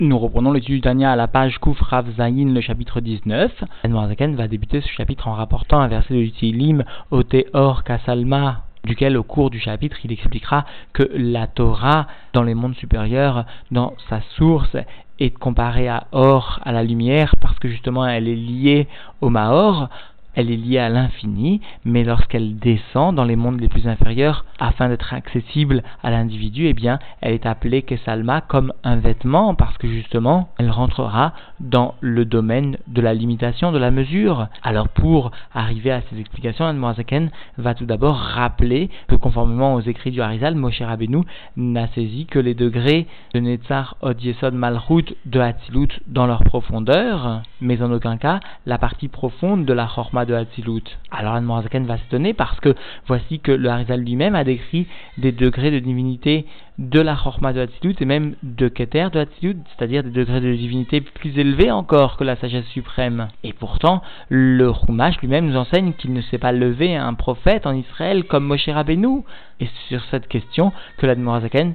Nous reprenons l'étude du Tanya à la page Kouf Rav Zayin, le chapitre 19. L'Admorazaken va débuter ce chapitre en rapportant un verset de Tilim, Ote Or Kasalma, duquel au cours du chapitre il expliquera que la Torah dans les mondes supérieurs, dans sa source, est comparée à Or, à la lumière, parce que justement elle est liée au Maor. Elle est liée à l'infini, mais lorsqu'elle descend dans les mondes les plus inférieurs, afin d'être accessible à l'individu, eh bien, elle est appelée Kesalma comme un vêtement, parce que justement, elle rentrera dans le domaine de la limitation, de la mesure. Alors, pour arriver à ces explications, Admorazaken va tout d'abord rappeler que, conformément aux écrits du Harizal, Moshe Rabbeinu n'a saisi que les degrés de Netzar, Od Yesod, Malchut, de Hatzilut dans leur profondeur, mais en aucun cas la partie profonde de la Chorma de Hatzilut. Alors Admorazaken va s'étonner parce que voici que le Harizal lui-même a décrit des degrés de divinité de la Chorma de Hatzilut et même de Keter de Hatzilut, c'est-à-dire des degrés de divinité plus élevés encore que la sagesse suprême. Et pourtant, le Chumash lui-même nous enseigne qu'il ne s'est pas levé un prophète en Israël comme Moshe Rabbeinu. Et c'est sur cette question que l'Admorazaken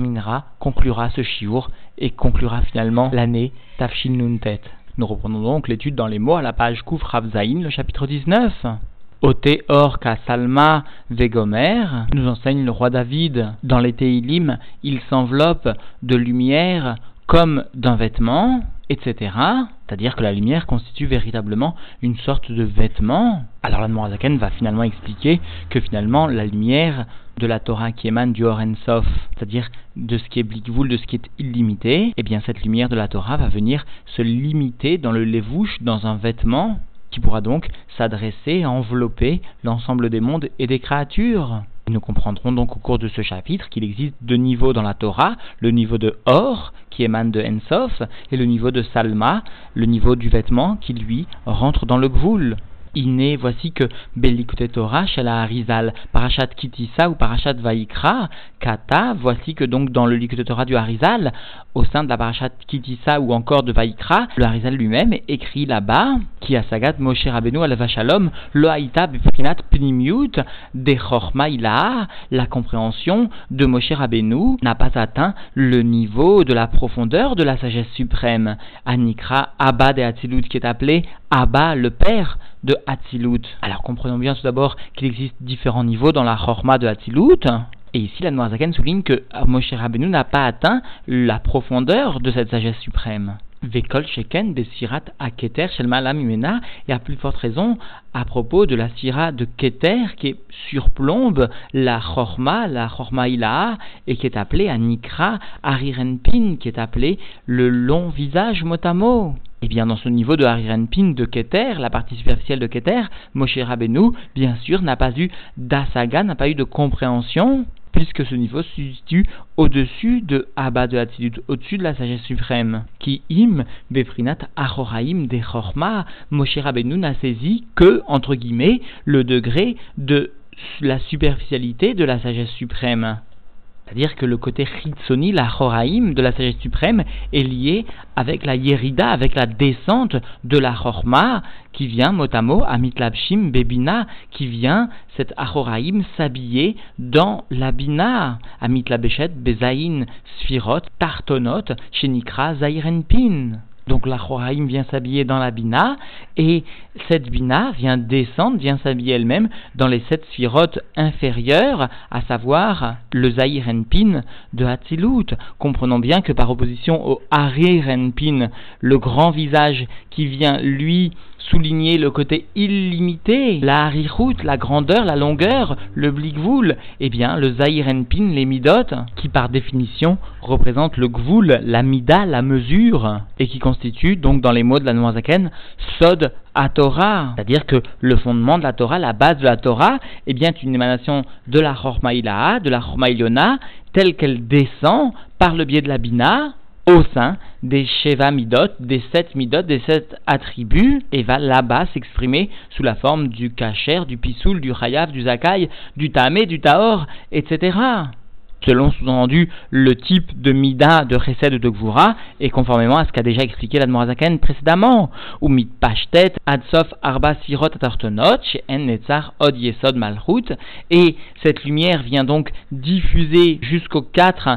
conclura ce shiur et conclura finalement l'année Tafshin Nuntet. Nous reprenons donc l'étude dans les mots à la page Kouf Rav Zayin, le chapitre 19. Ote Or Kasalma Vegomer, nous enseigne le roi David. Dans les Teilim, il s'enveloppe de lumière comme d'un vêtement, etc. C'est-à-dire que la lumière constitue véritablement une sorte de vêtement. Alors l'Admorazaken va finalement expliquer que finalement la lumière de la Torah qui émane du Or En Sof, c'est-à-dire de ce qui est Blikvul, de ce qui est illimité, eh bien cette lumière de la Torah va venir se limiter dans le levouche, dans un vêtement qui pourra donc s'adresser, envelopper l'ensemble des mondes et des créatures. Et nous comprendrons donc au cours de ce chapitre qu'il existe deux niveaux dans la Torah, le niveau de Or, qui émane de En Sof, et le niveau de Salma, le niveau du vêtement qui lui rentre dans le Gvul. Iné, voici que Belikute Torah, Shala Harizal, Parashat Kitissa ou Parashat Vaikra, Kata, voici que donc dans le Likute Torah du Harizal, au sein de la Parashat Kitissa ou encore de Vaikra, le Harizal lui-même écrit là-bas, qui a Sagat Moshe Rabbeinu Alav Shalom, Lo Haïta Beprinat Pnimiut, de Chorma Ilaha, la compréhension de Moshe Rabbeinu n'a pas atteint le niveau de la profondeur de la sagesse suprême. Anikra Abba de Hatzilut, qui est appelé Abba, le père de Hatzilut. Alors comprenons bien tout d'abord qu'il existe différents niveaux dans la Chorma de Hatzilut. Et ici, l'Admorazaken souligne que Moshe Rabbeinu n'a pas atteint la profondeur de cette sagesse suprême. Vekol Sheken des Sirat à Keter Shelma Lamimena, et à plus forte raison à propos de la Sira de Keter qui surplombe la Chorma Ilaha, et qui est appelée Anikra Arirenpin, qui est appelée le long visage mot à mot. Et bien dans ce niveau de Harirenpin de Keter, la partie superficielle de Keter, Moshe Rabbeinu, bien sûr, n'a pas eu d'asaga, n'a pas eu de compréhension, puisque ce niveau se situe au-dessus de Abba de Hatzilut, au-dessus de la sagesse suprême. Qui im befrinat achoraim de chorma, Moshe Rabbeinu n'a saisi que, entre guillemets, le degré de la superficialité de la sagesse suprême. C'est-à-dire que le côté chitzoni, la choraim de la sagesse suprême, est lié avec la yerida, avec la descente de la chorma, qui vient mot à mot, amitlabshim bebina, qui vient, cette achoraim, s'habiller dans la bina, amitlabeshet bezaïn sphirot tartonot, shenikra zairenpin. Donc la Choraim vient s'habiller dans la Bina, et cette Bina vient descendre, vient s'habiller elle-même dans les 7 sphirotes inférieures, à savoir le Zahir Enpin de Hatzilut. Comprenons bien que par opposition au Harir Enpin, le grand visage qui vient lui souligner le côté illimité, la Harichut, la grandeur, la longueur, le Blikvul, eh bien le Zahir Enpin, les Midot, qui par définition représente le Gvul, la Mida, la mesure, et qui constitue donc dans les mots de l'Admorazaken Sod HaTorah, c'est-à-dire que le fondement de la Torah, la base de la Torah, eh bien est une émanation de la Chorma Ilaha, de la Chorma Ilyona, telle qu'elle descend par le biais de la Bina, au sein des Sheva Midot, des 7 Midot, des 7 attributs, et va là-bas s'exprimer sous la forme du Kacher, du Pisoul, du Chayav, du Zakai, du Tamé, du Taor, etc. Selon sous-entendu le type de Mida, de Chesed ou de Gvura, et conformément à ce qu'a déjà expliqué l'Admorazaken précédemment, ou Mitpashtet, Adsof, Arba, Sirot, Atartonot, She'en, Netzar, Od, Yesod, Malchut, et cette lumière vient donc diffuser jusqu'aux 4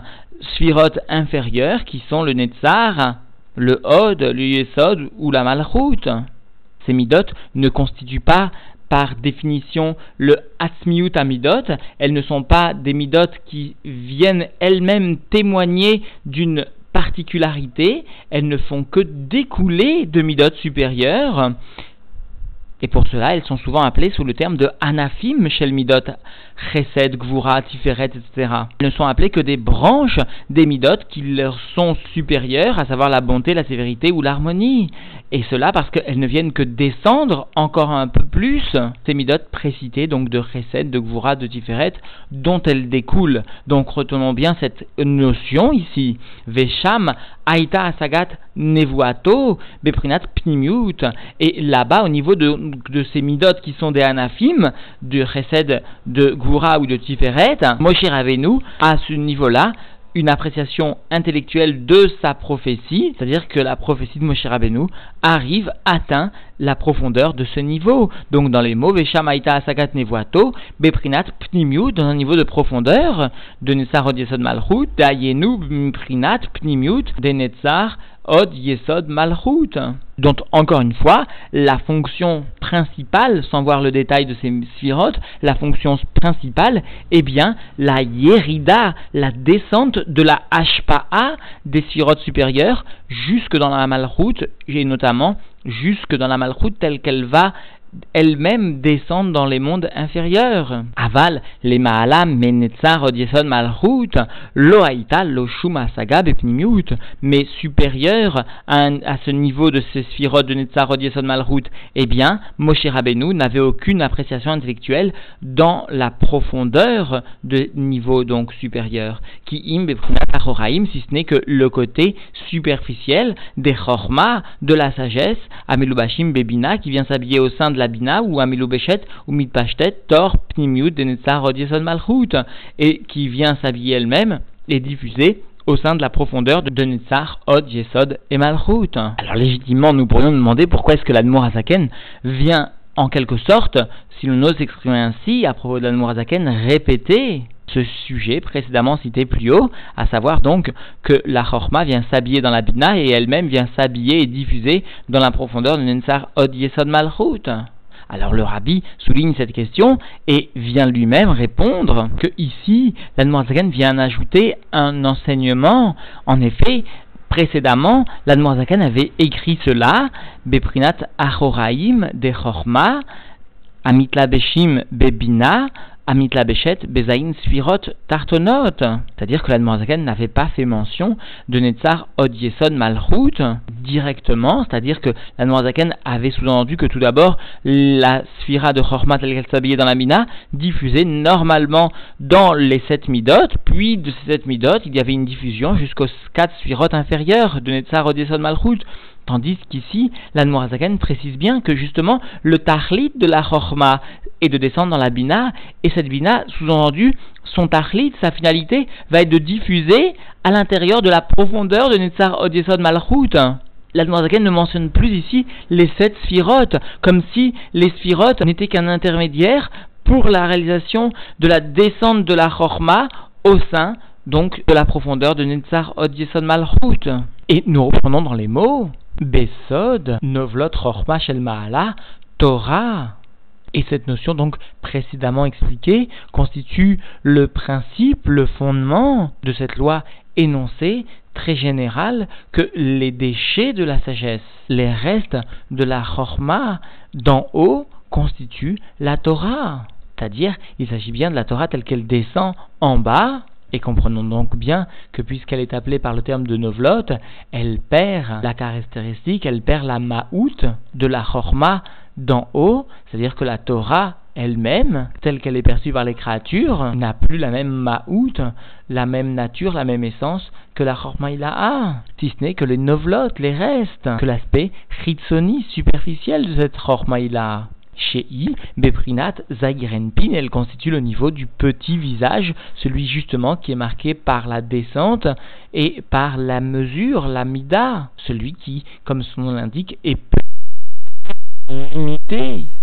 sphirot inférieures qui sont le Netzar, le Hod, le Yesod ou la Malchut. Ces midot ne constituent pas par définition le Atzmiut Amidot, elles ne sont pas des midot qui viennent elles-mêmes témoigner d'une particularité, elles ne font que découler de midot supérieures. Et pour cela, elles sont souvent appelées sous le terme de Anafim Shel Midot, Chesed, Gvura, Tiferet, etc. Elles ne sont appelées que des branches des Midot qui leur sont supérieures, à savoir la bonté, la sévérité ou l'harmonie. Et cela parce qu'elles ne viennent que descendre encore un peu plus ces Midot précités, donc de Chesed, de Gvura, de Tiferet, dont elles découlent. Donc retenons bien cette notion ici. Vesham, Aïta Asagat Nevuato, Beprinat Pnimiut. Et là-bas, au niveau de ces midot qui sont des anafim, de chesed, de Gvura ou de Tiferet, Moshe Rabbeinu, à ce niveau-là, une appréciation intellectuelle de sa prophétie, c'est-à-dire que la prophétie de Moshe Rabbeinu atteint la profondeur de ce niveau. Donc dans les mots, Vesham Aïta Asagat Nevuato, Beprinat Pnimiut, dans un niveau de profondeur, de Netzar Od Yesod Malchut, Dayenu Beprinat Pnimiut, de Netzar Od Yesod Malchut. Donc encore une fois, la fonction principale, sans voir le détail de ces sphirotes, la fonction principale est bien la Yerida, la descente de la Hashpa'a des sphirotes supérieures jusque dans la Malchut, et notamment jusque dans la Malchut telle qu'elle va elle-même descendre dans les mondes inférieurs. Aval, les Ma'alam, Menetzar, Od Yesod Malchut, Lo Haïta, Lo Shum Asaga, Bepnimiut, mais supérieur à ce niveau de ces sphirotes de Netzar, Od Yesod Malchut, eh bien, Moshe Rabbeinu n'avait aucune appréciation intellectuelle dans la profondeur de niveau donc supérieur. Ki im beprinat achoraim, si ce n'est que le côté superficiel des chorma, de la sagesse, Amelubashim Bebina, qui vient s'habiller au sein de la Bina, ou Amilou Beshet, ou Mitpashtet, Tor, Pnimiut, de Netzar, Od Yesod Malchut, et qui vient s'habiller elle-même et diffuser au sein de la profondeur de Netzar, Od, Yesod et Malchut. Alors légitimement, nous pourrions nous demander pourquoi est-ce que l'Admour Hazaken vient en quelque sorte, si l'on ose s'exprimer ainsi, à propos de l'Admour Hazaken, répéter ce sujet précédemment cité plus haut, à savoir donc que la Chorma vient s'habiller dans la Bina et elle-même vient s'habiller et diffuser dans la profondeur de Netzar, Od, Yesod, Malchut. Alors le Rabbi souligne cette question et vient lui-même répondre que ici, l'Admour Hazaken vient ajouter un enseignement. En effet, précédemment, l'Admour Hazaken avait écrit cela, Beprinat Achoraim de Chorma, Amitla Beshim Bebina, Amitla Beshet Bezaïn Sfirot Tartonot. C'est-à-dire que l'Admour Hazaken n'avait pas fait mention de Netzar, Od Yesod Malchut directement, c'est-à-dire que l'Admour Hazaken avait sous-entendu que tout d'abord la Sphira de Chorma telle qu'elle s'habillait dans la Mina diffusait normalement dans les 7 midot, puis de ces 7 midot il y avait une diffusion jusqu'aux 4 Sphirot inférieures de Netzar, Od Yesod Malchut. Tandis qu'ici, l'Admour Hazaken précise bien que justement le Tachlit de la Chorma est de descendre dans la Bina, et cette Bina, sous-entendu, son Tachlit, sa finalité, va être de diffuser à l'intérieur de la profondeur de Netzar, Od Yesod Malchut. L'Admour Hazaken ne mentionne plus ici les 7 sphirotes, comme si les sphirotes n'étaient qu'un intermédiaire pour la réalisation de la descente de la Chorma au sein donc de la profondeur de Netzar, Od Yesod Malchut. Et nous reprenons dans les mots Besod, Novlot, Chorma, Shel Ma'ala, Torah. Et cette notion donc précédemment expliquée constitue le principe, le fondement de cette loi énoncée très générale que les déchets de la sagesse, les restes de la Chorma d'en haut constituent la Torah. C'est-à-dire, il s'agit bien de la Torah telle qu'elle descend en bas. Et comprenons donc bien que puisqu'elle est appelée par le terme de Novlot, elle perd la caractéristique, elle perd la Ma'out de la Chorma d'en haut, c'est-à-dire que la Torah elle-même, telle qu'elle est perçue par les créatures, n'a plus la même Ma'out, la même nature, la même essence que la Chorma a, si ce n'est que les Novlot, les restes, que l'aspect Chitsoni, superficiel de cette Chorma a. Chez I, Beprinat Zagirenpin, elle constitue le niveau du petit visage, celui justement qui est marqué par la descente et par la mesure, la mida, celui qui, comme son nom l'indique, est limité.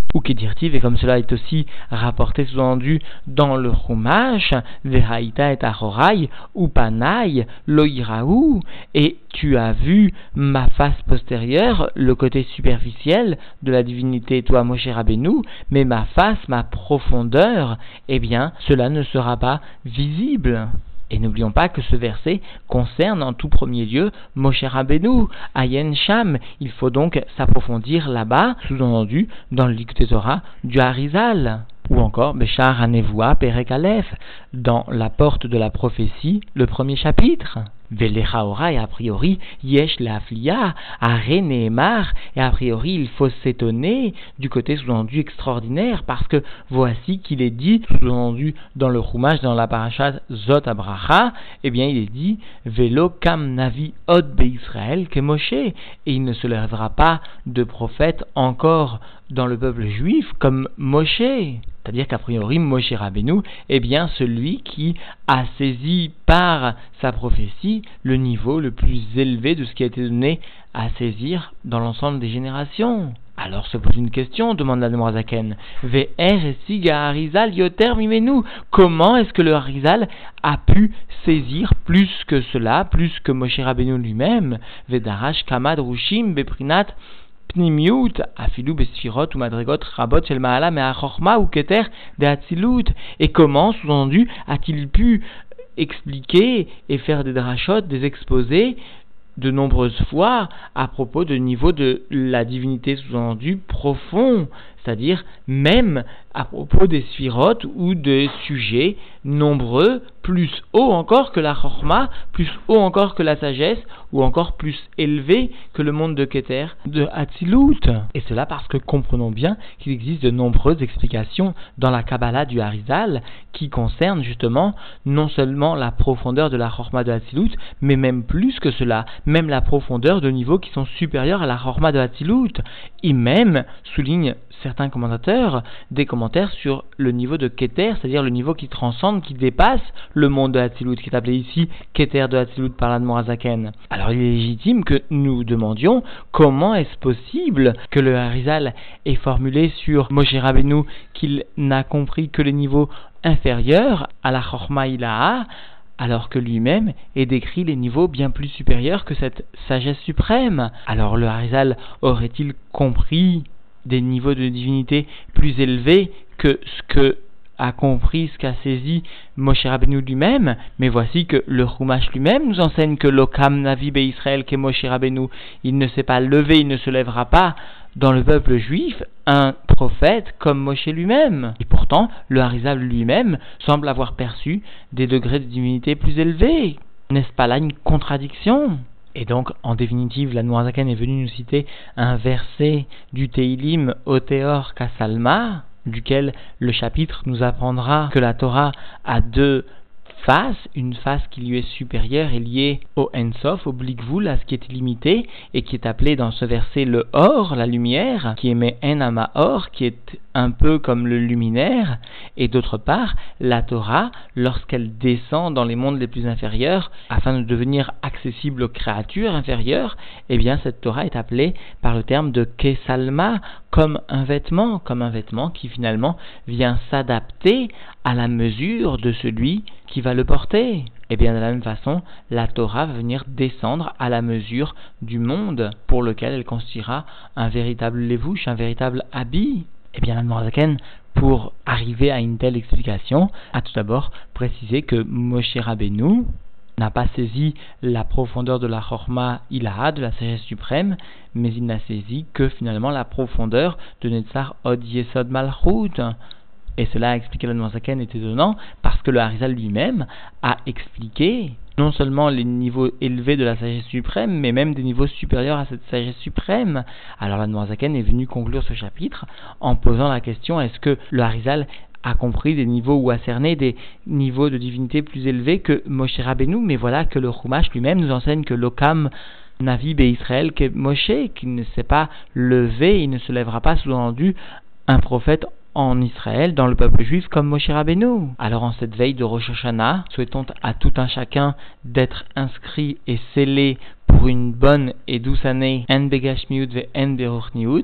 ou Kedirtiv, et comme cela est aussi rapporté sous-entendu dans le Chumash, Vehaïta et Achorai, ou Panaï, Loïraou, et tu as vu ma face postérieure, le côté superficiel de la divinité, toi Moshe Rabbeinu, mais ma face, ma profondeur, eh bien, cela ne sera pas visible. Et n'oublions pas que ce verset concerne en tout premier lieu Moshe Rabbeinu, Ayen Sham. Il faut donc s'approfondir là-bas, sous-entendu dans le Likutei Torah du Harizal. Ou encore Beshar Hanevoa Perek Aleph, dans la porte de la prophétie, le premier chapitre. Velechaora, et a priori, Yesh Leaflia, Are Nehemar, et a priori, il faut s'étonner du côté sous-entendu extraordinaire, parce que voici qu'il est dit, sous-entendu dans le Chumash, dans la parashat Zot Abracha, eh bien il est dit, Velo Kam Navi Od Be'Israël ke Moshe, et il ne se lèvera pas de prophète encore dans le peuple juif comme Moshe. C'est-à-dire qu'a priori, Moshe Rabbeinu est bien celui qui a saisi par sa prophétie le niveau le plus élevé de ce qui a été donné à saisir dans l'ensemble des générations. Alors se pose une question, demande la Zaken. Ve'er esiga Harizal yoter mimenu. Comment est-ce que le Harizal a pu saisir plus que cela, plus que Moshe Rabbeinu lui-même? Ve'darash kamad rushim beprinat Pnimiut, afilu besfirot ou madrigot rabot shel maala me'achorma ou keter de hatzilut. Et comment, sous-entendu, a-t-il pu expliquer et faire des drachot, des exposés de nombreuses fois à propos de niveau de la divinité sous-entendu profond, c'est-à-dire même à propos des sphirotes ou des sujets nombreux, plus haut encore que la chorma, plus haut encore que la sagesse, ou encore plus élevé que le monde de Keter, de Hatzilut. Et cela parce que comprenons bien qu'il existe de nombreuses explications dans la Kabbalah du Harizal qui concernent justement non seulement la profondeur de la chorma de Hatzilut, mais même plus que cela, même la profondeur de niveaux qui sont supérieurs à la chorma de Hatzilut. Et même, souligne certains commentateurs, des commentaires sur le niveau de Keter, c'est-à-dire le niveau qui transcende, qui dépasse le monde de Hatzilut, qui est appelé ici Keter de Hatzilut par l'Admorazaken. Alors il est légitime que nous demandions comment est-ce possible que le Harizal ait formulé sur Moshe Rabbeinu qu'il n'a compris que les niveaux inférieurs à la Chorma Ilaha, alors que lui-même est décrit les niveaux bien plus supérieurs que cette sagesse suprême. Alors le Harizal aurait-il compris des niveaux de divinité plus élevés que ce que a compris, ce qu'a saisi Moshe Rabbeinu lui-même? Mais voici que le Chumash lui-même nous enseigne que l'Okam Navi Be'Israël qu'est Moshe Rabbeinu, il ne s'est pas levé, il ne se lèvera pas dans le peuple juif un prophète comme Moshe lui-même. Et pourtant, le Harizal lui-même semble avoir perçu des degrés de divinité plus élevés. N'est-ce pas là une contradiction? Et donc, en définitive, la Noirzaken est venue nous citer un verset du Teilim Oteor Kasalma, duquel le chapitre nous apprendra que la Torah a deux faces, une face qui lui est supérieure et liée au Ensof, au Blikvul, à ce qui est illimité, et qui est appelé dans ce verset le Or, la lumière, qui émet Enama Or, qui est un peu comme le luminaire, et d'autre part, la Torah, lorsqu'elle descend dans les mondes les plus inférieurs, afin de devenir accessible aux créatures inférieures, eh bien cette Torah est appelée par le terme de Kesalma, comme un vêtement qui finalement vient s'adapter à la mesure de celui qui va le porter. Et bien de la même façon, la Torah va venir descendre à la mesure du monde pour lequel elle constituera un véritable levouche, un véritable habit. Et bien la Noirzaken, pour arriver à une telle explication, a tout d'abord précisé que Moshe Rabbeinu n'a pas saisi la profondeur de la Chorma Ilaha, de la sagesse suprême, mais il n'a saisi que finalement la profondeur de Netzar Od Yesod Malchut. Et cela a expliqué la Noirzaken est étonnant parce que le Harizal lui-même a expliqué non seulement les niveaux élevés de la sagesse suprême, mais même des niveaux supérieurs à cette sagesse suprême. Alors la Noirzaken est venue conclure ce chapitre en posant la question, est-ce que le Harizal a compris des niveaux ou a cerné des niveaux de divinité plus élevés que Moshe Rabbeinu? Mais voilà que le Chumash lui-même nous enseigne que l'Okam Navi Be'Israël que Moshe, qu'il ne s'est pas levé, il ne se lèvera pas sous-entendu un prophète en Israël, dans le peuple juif, comme Moshe Rabbeinu. Alors en cette veille de Rosh Hashanah, souhaitons à tout un chacun d'être inscrit et scellé pour une bonne et douce année, en begashmiut ve en beruchniut,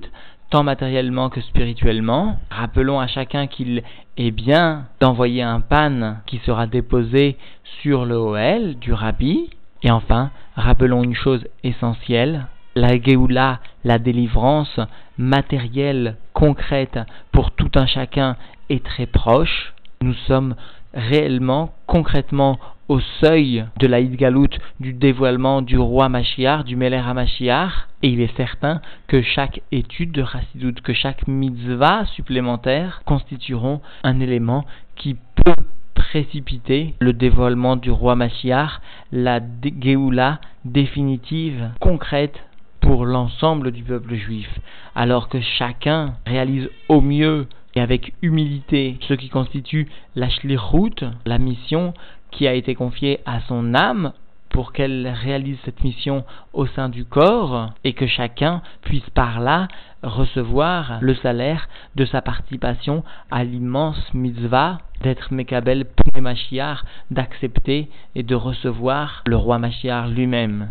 tant matériellement que spirituellement. Rappelons à chacun qu'il est bien d'envoyer un pan qui sera déposé sur le Ohel du Rabbi. Et enfin, rappelons une chose essentielle, la Géoula, la délivrance matérielle, concrète pour tout un chacun est très proche. Nous sommes réellement, concrètement, au seuil de la Hitgalout, du dévoilement du roi Mashiach, du Meler HaMashiach, et il est certain que chaque étude de Chassidut, que chaque mitzvah supplémentaire constitueront un élément qui peut précipiter le dévoilement du roi Mashiach, la Géoula définitive, concrète pour l'ensemble du peuple juif, alors que chacun réalise au mieux et avec humilité ce qui constitue la shlichut, la mission qui a été confiée à son âme pour qu'elle réalise cette mission au sein du corps et que chacun puisse par là recevoir le salaire de sa participation à l'immense mitzvah d'être Mekabel Pnei Mashiach, d'accepter et de recevoir le roi Mashiach lui-même.